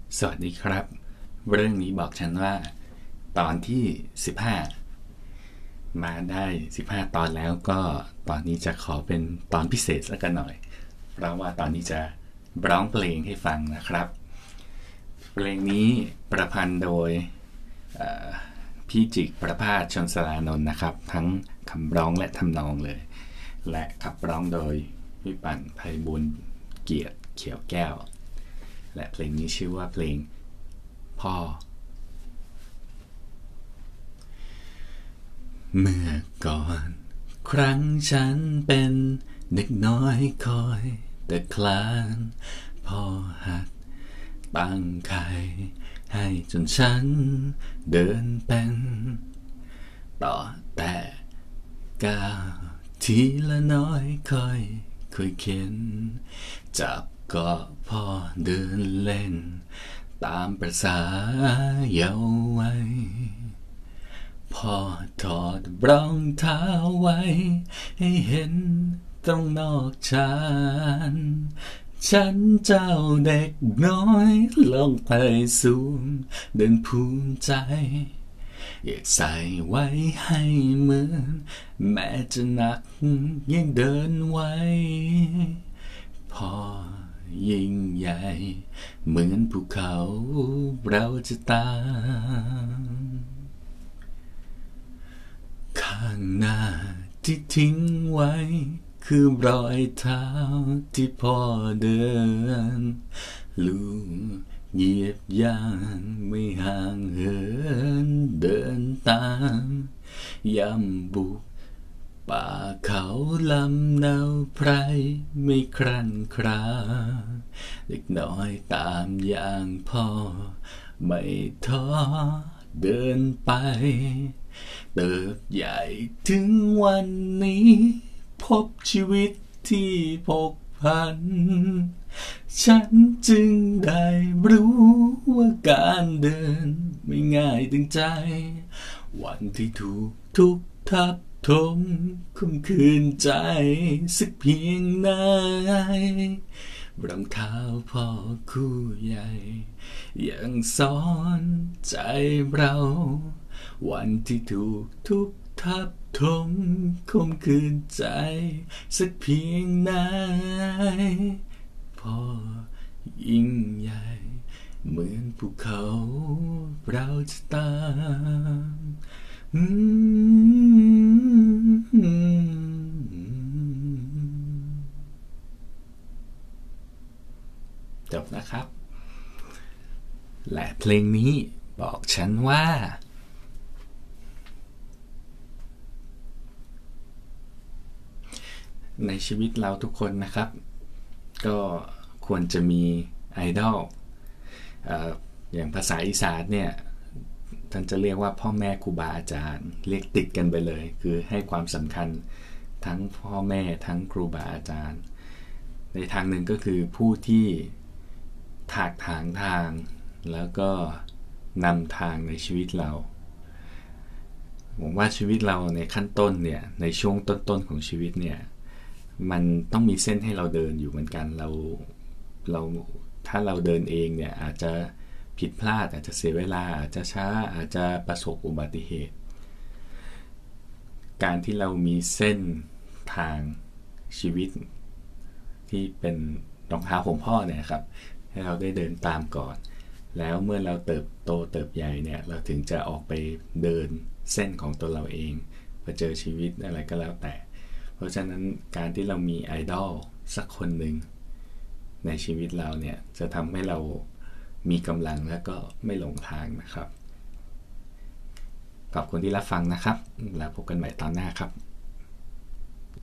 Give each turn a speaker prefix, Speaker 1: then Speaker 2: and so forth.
Speaker 1: สวัสดีครับเรื่องนี้บอกฉันว่าตอนที่15มาได้15ตอนแล้วก็ตอนนี้จะขอเป็นตอนพิเศษสักหน่อยเพราะว่าตอนนี้จะร้องเพลงให้ฟังนะครับเพลงนี้ประพันธ์โดยพี่จิกประภาสชนสรานนท์นะครับทั้งคำร้องและทำนองเลยและขับร้องโดยพี่ปั่นไพบูลย์เกียรติเขียวแก้วและเพลงนี้ชื่อว่าเพลงพ่อเมื่อก่อนครั้งฉันเป็นเด็กน้อยคอยแต่คลานพ่อหัดตั้งไข่ให้จนฉันเดินเป็นต่อแต่ก้าวทีละน้อยค่อยเข็นจับก็พ่อเดินเล่นตามประสาเยาว์วัยพ่อถอดรองเท้าไว้ให้เห็นตรงนอกชานฉันเจ้าเด็กน้อยลงไปสูงเดินภูมิใจอยากใส่ไว้ให้เหมือนแม้จะหนักยังเดินไว้พ่อยิ่งใหญ่เหมือนภูเขาเราจะตามข้างหน้าที่ทิ้งไว้คือรอยเท้าที่พ่อเดินลูกเหยียบย่างไม่ห่างเหินเดินตามย่ำบุกป่าเขาลำเนาไพรไม่ครั่นคราเด็กน้อยตามอย่างพ่อไม่ท้อเดินไปเติบใหญ่ถึงวันนี้พบชีวิตที่ผกผันฉันจึงได้รู้ว่าการเดินไม่ง่ายถึงใจวันที่ถูกทุกทับถมคมคืนใจสักเพียงไหนรองเท้าพ่อคู่ใหญ่ยังสอนใจเราวันที่ถูกทุกทับถมคมคืนใจสักเพียงไหนพ่อยิ่งใหญ่เหมือนภูเขาเราจะตามจบนะครับและเพลงนี้บอกฉันว่าในชีวิตเราทุกคนนะครับก็ควรจะมีไอดอลอย่างภาษาอีสานเนี่ยท่านจะเรียกว่าพ่อแม่ครูบาอาจารย์เรียกติดกันไปเลยคือให้ความสำคัญทั้งพ่อแม่ทั้งครูบาอาจารย์ในทางหนึ่งก็คือผู้ที่ถากถางทางแล้วก็นำทางในชีวิตเราผมว่าชีวิตเราในขั้นต้นเนี่ยในช่วงต้นๆของชีวิตเนี่ยมันต้องมีเส้นให้เราเดินอยู่เหมือนกันเราถ้าเราเดินเองเนี่ยอาจจะผิดพลาดอาจจะเสียเวลาอาจจะช้าอาจจะประสบอุบัติเหตุการที่เรามีเส้นทางชีวิตที่เป็นรองเท้าของพ่อเนี่ยครับให้เราได้เดินตามก่อนแล้วเมื่อเราเติบโตเติบใหญ่เนี่ยเราถึงจะออกไปเดินเส้นของตัวเราเองไปเจอชีวิตอะไรก็แล้วแต่เพราะฉะนั้นการที่เรามีไอดอลสักคนหนึ่งในชีวิตเราเนี่ยจะทำให้เรามีกำลังและก็ไม่หลงทางนะครับขอบคุณที่รับฟังนะครับแล้วพบกันใหม่ตอนหน้าครับ